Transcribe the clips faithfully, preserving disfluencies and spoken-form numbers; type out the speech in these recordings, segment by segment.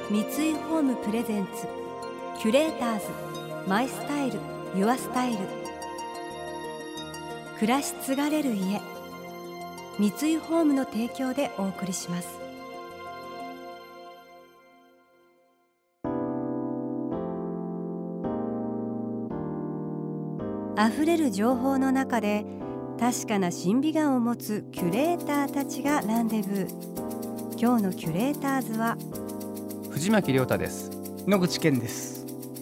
三井ホームプレゼンツキュレーターズマイスタイルユアスタイル。暮らし継がれる家、三井ホームの提供でお送りします。あふれる情報の中で確かな審美眼を持つキュレーターたちがランデブー。今日のキュレーターズは藤巻亮太です。 野口健です。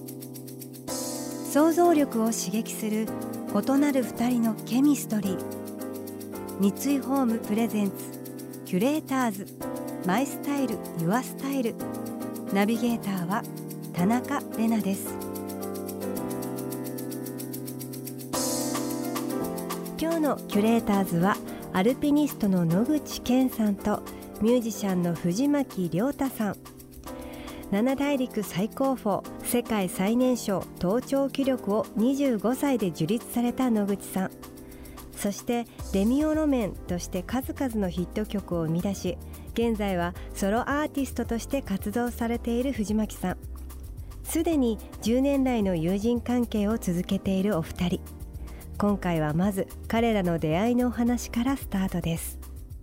想像力を刺激する異なる二人のケミストリー。三井ホームプレゼンツキュレーターズマイスタイルユアスタイル。ナビゲーターは田中れなです。今日のキュレーターズはアルピニストの野口健さんとミュージシャンの藤巻亮太さん。七大陸最高峰世界最年少登頂記録をにじゅうごさいで樹立された野口さん、そしてレミオロメンとして数々のヒット曲を生み出し、現在はソロアーティストとして活動されている藤巻さん。すでにじゅうねん来の友人関係を続けているお二人。今回はまず彼らの出会いのお話からスタートです。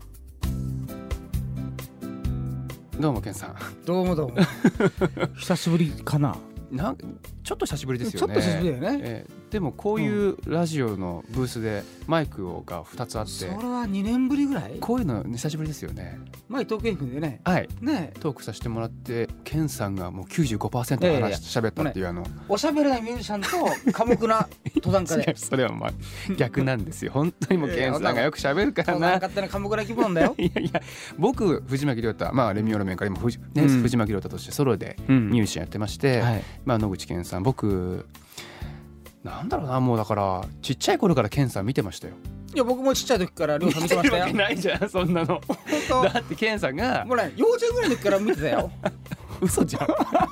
どうも健さん。 どうもどうも久しぶりかな。 なんちょっと久しぶりですよね。 ちょっと久しぶりだよね、 えー、でもこういうラジオのブースでマイクがふたつあって、 それはにねんぶりぐらい。 こういうの久しぶりですよね。 前トーク エフエム でね、 はいねトークさせてもらって、健さんがもう きゅうじゅうごパーセント 話し喋ったっていう、あのおしゃべらないミュージシャンと寡黙な登山家でそれはまあ逆なんですよ本当にもう健さんがよく喋るからな。 登山家ってのは寡黙な気分だよいやいや、僕藤巻亮太、まあレミオロメンから今藤、ね、 うん、 藤巻亮太としてソロでミュージシャンやってまして、 うん、はい、 まあ、野口健さん、僕なんだろうな、もうだからちっちゃい頃から健さん見てましたよ。 いや僕もちっちゃい時から亮さん見てましたよ。 見てるわけないじゃんそんなのだって健さんがもうね幼稚園ぐらいの時から見てたよ嘘じゃん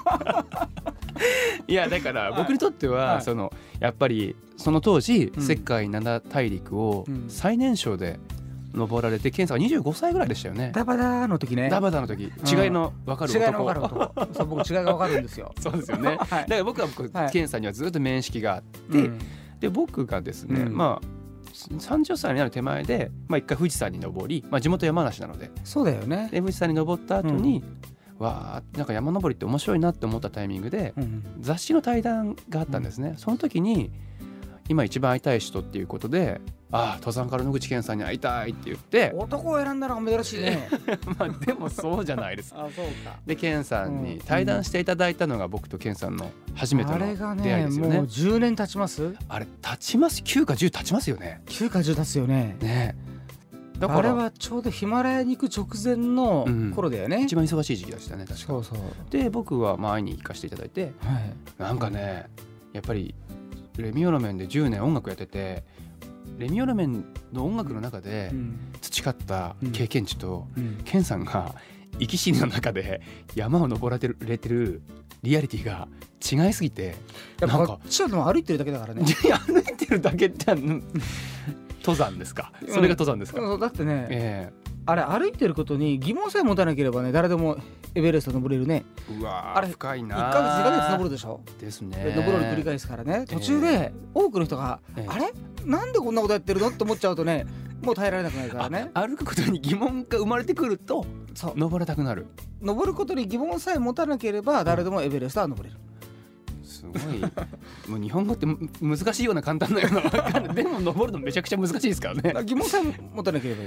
いやだから僕にとっては、はい、そのやっぱりその当時、うん、世界七大陸を最年少で登られて、健さんはにじゅうごさいぐらいでしたよね。 ダバダの時ね。 ダバダの時、違いの分かる男、 違いの分かる男そう僕違いが分かるんですよそうですよね、はい、だから僕は僕、はい、健さんにはずっと面識があって、うん、で僕がですね、うん、まあさんじゅっさいになる手前で、まあ、一回富士山に登り、まあ、地元山梨なので、 そうだよね。 で富士山に登った後に、うん、わーなんか山登りって面白いなって思ったタイミングで、うん、雑誌の対談があったんですね、うん、その時に今一番会いたい人っていうことで、ああ登山家の野口健さんに会いたいって言って、 男を選んだのが珍しいねまあでもそうじゃないですかあそうか。 で健さんに対談していただいたのが僕と健さんの初めての出会いですよね。 あれがねもうじゅうねん経ちます。 あれ経ちます。きゅうかじゅう経ちますよね。 きゅうかじゅう経つよね。 ねだからあれはちょうどヒマラヤに行く直前の頃だよね、うん、 一番忙しい時期でしたね確か。 そうそう。 で僕はまあ会いに行かせていただいて、はい、なんかねやっぱりレミオロメンでじゅうねん音楽やってて、レミオロメンの音楽の中で培った経験値と、うんうん、ケンさんが生き死にの中で山を登られてるリアリティが違いすぎて、 やっぱこっちはでも歩いてるだけだからね歩いてるだけって登山ですか。それが登山ですか、 うん、だってね、 えーあれ歩いてることに疑問さえ持たなければね誰でもエベレスト登れるね。 うわあれ深いな。 いっかげつにかげつ登るでしょ。 ですね。 登るの繰り返すからね。途中で多くの人が、えー、あれなんでこんなことやってるのって思っちゃうとねもう耐えられなくなるからね。 歩くことに疑問が生まれてくるとそう登らたくなる。 登ることに疑問さえ持たなければ誰でもエベレストは登れる。 すごいもう日本語って難しいような簡単なような分かんないでも登るのめちゃくちゃ難しいですからね。 疑問さえ持たなければいい。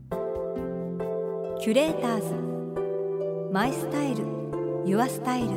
キュレーターズマイスタイルユアスタイル。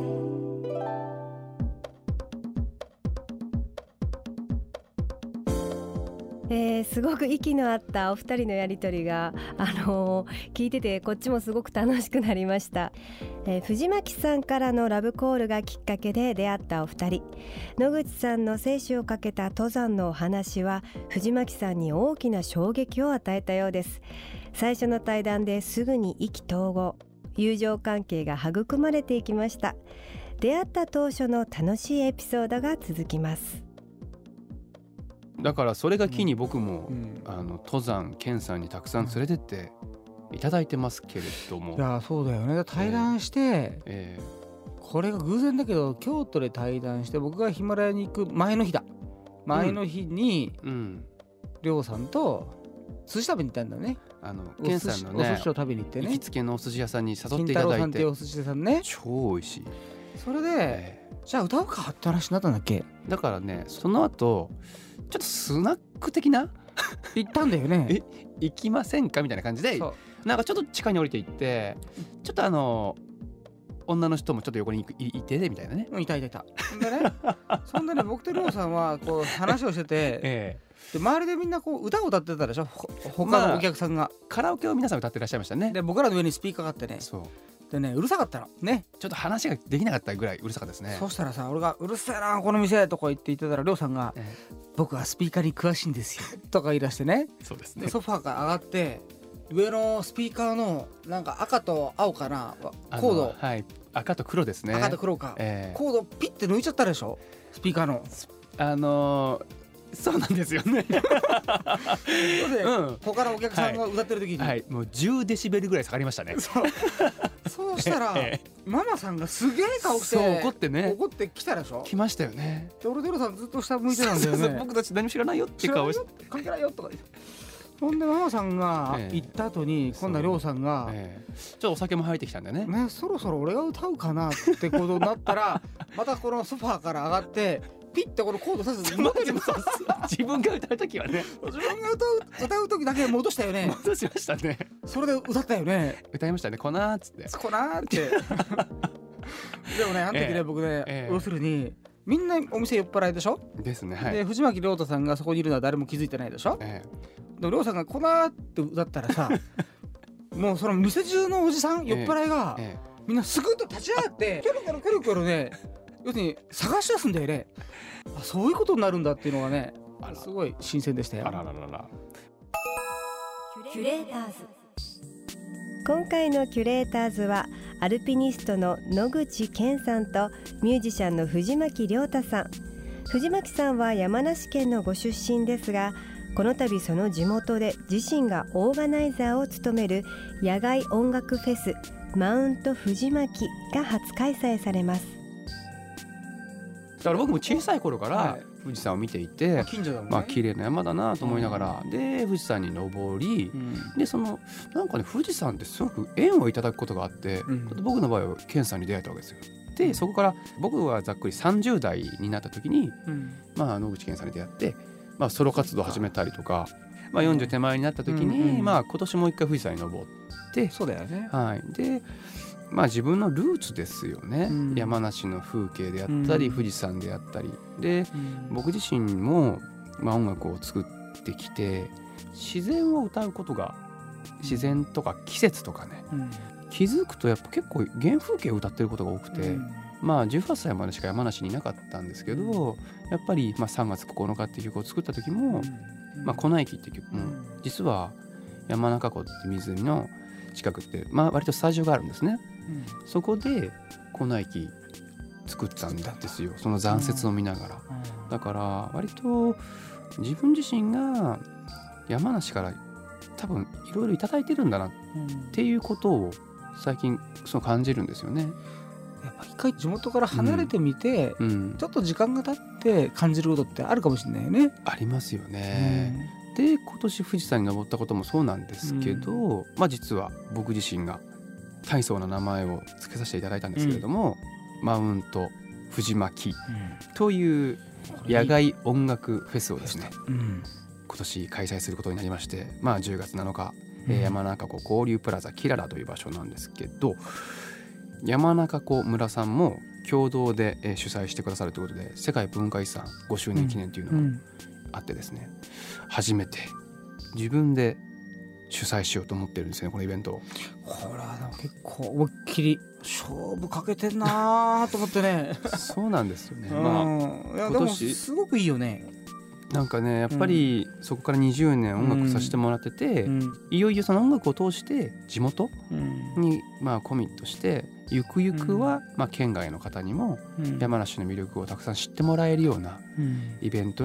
えー、すごく息の合ったお二人のやりとりが、あのー、聞いててこっちもすごく楽しくなりました、えー、藤巻さんからのラブコールがきっかけで出会ったお二人。野口さんの生死をかけた登山のお話は藤巻さんに大きな衝撃を与えたようです。最初の対談ですぐに意気投合、友情関係が育まれていきました。出会った当初の楽しいエピソードが続きます。 だからそれが機に僕も、うん、あの登山健さんにたくさん連れてっていただいてますけれども、 いやそうだよね。対談して、 えーえこれが偶然だけど京都で対談して僕がヒマラヤに行く前の日だ前の日に、うん、りょうさんと寿司食べに行ったんだね。 あのケンさんのねお寿司を食べに行ってね、 行きつけのお寿司屋さんに誘っていただいて、金太郎さんっていうお寿司屋さんね、 超美味しい。 それで、えー、じゃあ歌うかって話になったんだっけ。 だからねその後ちょっとスナック的な行ったんだよねえ行きませんかみたいな感じでなんかちょっと地下に降りていってちょっとあの女の人もちょっと横に い, いてみたいなね。 いたいたいた。でねそんでね僕とりょうさんはこう話をしてて、ええ、で周りでみんなこう歌を歌ってたでしょ他のお客さんが、まあ、 カラオケを皆さん歌ってらっしゃいましたね。 で僕らの上にスピーカーがあってね、そうでねうるさかったのね。 ちょっと話ができなかったぐらいうるさかったですね。 そしたらさ俺がうるせえなこの店とか言って言ってたらりょうさんが、ええ、僕はスピーカーに詳しいんですよとか言い出してね。 そうですね。 でソファーから上がって上のスピーカーのなんか赤と青かなコード、 はい、赤と黒ですね。 赤と黒か、えー、コードピッて抜いちゃったでしょスピーカーの。あのー、そうなんですよねで、 うん、他のお客さんが歌ってる時に、 はいはい、もうじゅうデシベルぐらい下がりましたね。 そうそうしたら、ええ、ママさんがすげえ顔してそう怒ってね怒ってきたでしょ。 来ましたよね。 で俺とロさんずっと下向いてたんだよね。そうそう僕たち何も知らないよって顔して関係ないよとか言って。ほんでママさんが行った後に、ええ、今度はりょうさんが、ええ、ちょっとお酒も入ってきたんだよね。 ねそろそろ俺が歌うかなってことになったらまたこのソファーから上がってピッてこのコードさせて自分が歌う時はね自分が歌う歌う時だけ戻したよね。 戻しましたね。 それで歌ったよね。 歌いましたね。こなーっつってこなーってでもねあの時ね、ええ、僕ね、ええ、要するにみんなお店酔っ払いでしょですね、はい、 で藤巻亮太さんがそこにいるのは誰も気づいてないでしょ、ええ、でも亮さんがこなーって歌ったらさもうその店中のおじさん酔っ払いが、ええええ、みんなすぐっと立ち上がってキョロキョロキョロキョロね要するに探し出すんだよね。あそういうことになるんだっていうのがねすごい新鮮でしたよ。 あらららら。 キュレーターズ。今回のキュレーターズはアルピニストの野口健さんとミュージシャンの藤巻亮太さん。藤巻さんは山梨県のご出身ですがこの度その地元で自身がオーガナイザーを務める野外音楽フェスマウント藤巻が初開催されます。 だから僕も小さい頃から富士山を見ていて、はい、 近所だもんね。 まあ綺麗な山だなと思いながら、うん、で富士山に登り、うん、でそのなんかね富士山ってすごく縁をいただくことがあって、うん、僕の場合は健さんに出会えたわけですよ。でそこから僕はざっくりさんじゅう代になった時に、うん、まあ野口健さんに出会って、まあ、ソロ活動を始めたりとか、まあ、よんじゅう手前になった時に、うんうん、まあ、今年もう一回富士山に登ってそうだよね、 はい、でまあ自分のルーツですよね、うん、山梨の風景であったり、うん、富士山であったりで、うん、僕自身も、まあ、音楽を作ってきて自然を歌うことが自然とか季節とかね、うん、気づくとやっぱ結構原風景を歌ってることが多くて、うん、まあじゅうはっさいまでしか山梨にいなかったんですけどやっぱりまあさんがつここのかっていう曲を作った時も、うんまあ、粉雪っていう曲も実は山中湖って湖の近くって、まあ、割とスタジオがあるんですね、うん、そこで粉雪作ったんですよその残雪を見ながら、うん、だから割と自分自身が山梨から多分いろいろいただいてるんだなっていうことを最近そう感じるんですよね。 やっぱ一回地元から離れてみて、うんうん、ちょっと時間が経って感じることってあるかもしれないよね。 ありますよね、うん、で今年富士山に登ったこともそうなんですけど、うんまあ、実は僕自身が大層な名前を付けさせていただいたんですけれども、うん、マウント藤巻という野外音楽フェスをですね、うん、今年開催することになりまして、まあ、じゅうがつなのか、うん、山中湖交流プラザキララという場所なんですけど山中湖村さんも共同で主催してくださるということで世界文化遺産ごしゅうねん記念というのがあってですね、うん、初めて自分で主催しようと思ってるんですねこのイベントを。 これは結構思いっきり勝負かけてんなと思ってねそうなんですよね、まあ、 いやでもすごくいいよね。 なんかねやっぱりそこからにじゅうねん音楽させてもらってて、うん、いよいよその音楽を通して地元にまあコミットしてゆくゆくはまあ県外の方にも山梨の魅力をたくさん知ってもらえるようなイベントに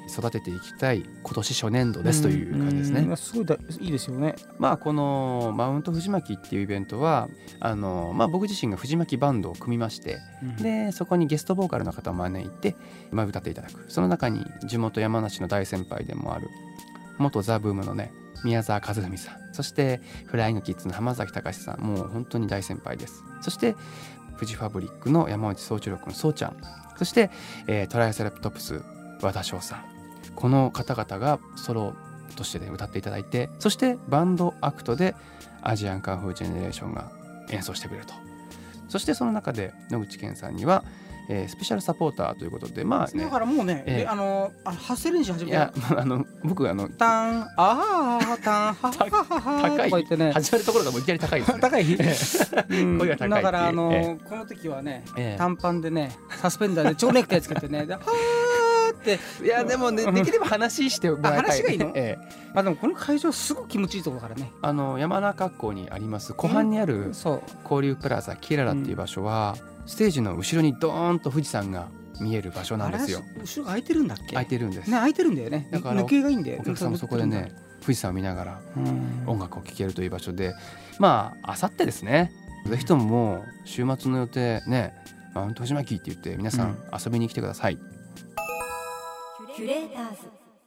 育てていきたい今年初年度ですという感じですね。 すごいだいいですよね。 まあこのマウント藤巻っていうイベントはあの、まあ、僕自身が藤巻バンドを組みまして、うん、でそこにゲストボーカルの方を招いて、まあ、歌っていただく。その中に地元山梨の大先輩でもある元ザ・ブームのね宮沢和文さん、そしてフライングキッズの浜崎隆さん、もう本当に大先輩です。そしてフジファブリックの山内総一郎君、そうちゃん、そして、えー、トライセラプトプス和田翔さん、この方々がソロとして、ね、歌っていただいて、そしてバンドアクトでアジアンカンフージェネレーションが演奏してくれると。そしてその中で野口健さんには、えー、スペシャルサポーターということで、まあね、 だからもうね、えー、あのあ発声練習始めた。いやあの僕あのタンあータンははは高い、ね、始まるところがもういきなり高いですね。 高い、 うん、声が高い。 だからあの、えー、この時はね、えー、短パンでねサスペンダーで蝶ネクタイつけてねはーっていやでもねできれば話してもらいたい、ね、 話がいいの、えーまあ、でもこの会場すごく気持ちいいところからね、 あの山中湖にあります湖畔にある交流プラザキララっていう場所は、うん、ステージの後ろにドーンと富士山が見える場所なんですよ。 後ろ空いてるんだっけ？ 空いてるんです、 ね、空いてるんだよね。だから抜けがいいんだよ。 お客さんもそこでね富士山を見ながら音楽を聴けるという場所で、まああさってですね、ぜひとももう週末の予定ね、マウント藤巻って言って皆さん遊びに来てください。 うん、キュレーターズ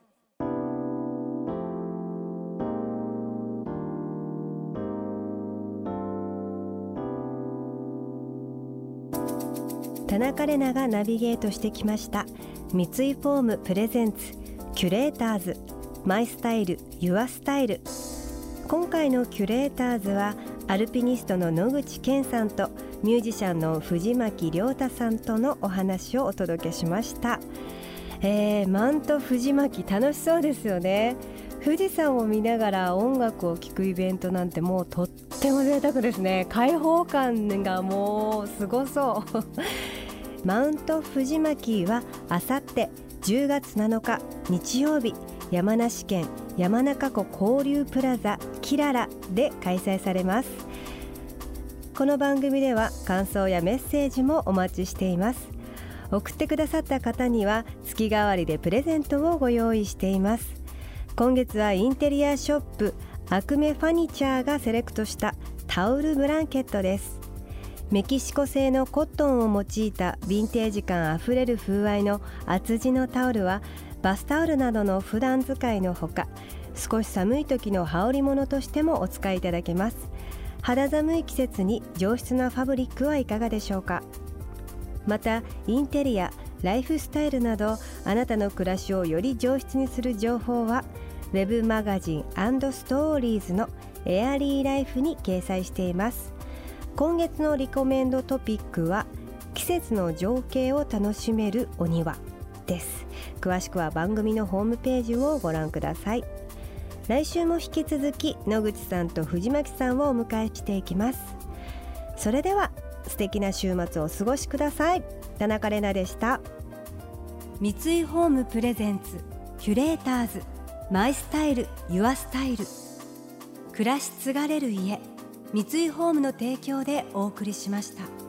田中れながナビゲートしてきました三井フォームプレゼンツキュレーターズマイスタイルユアスタイル。今回のキュレーターズはアルピニストの野口健さんとミュージシャンの藤巻亮太さんとのお話をお届けしました。えー、マウント藤巻楽しそうですよね。富士山を見ながら音楽を聴くイベントなんてもうとっても贅沢ですね。開放感がもうすごそうマウント藤巻はあさってじゅうがつなのか日曜日、山梨県山中湖交流プラザキララで開催されます。この番組では感想やメッセージもお待ちしています。送ってくださった方には月替わりでプレゼントをご用意しています。今月はインテリアショップアクメファニチャーがセレクトしたタオルブランケットです。メキシコ製のコットンを用いたヴィンテージ感あふれる風合いの厚地のタオルはバスタオルなどの普段使いのほか、少し寒い時の羽織物としてもお使いいただけます。肌寒い季節に上質なファブリックはいかがでしょうか。またインテリア、ライフスタイルなどあなたの暮らしをより上質にする情報はウェブマガジン&ストーリーズのエアリーライフに掲載しています。今月のリコメンドトピックは季節の情景を楽しめるお庭です。詳しくは番組のホームページをご覧ください。来週も引き続き野口さんと藤巻さんをお迎えしていきます。それでは素敵な週末をお過ごしください。田中れなでした。三井ホームプレゼンツキュレーターズマイスタイルユアスタイル。暮らし継がれる家、三井ホームの提供でお送りしました。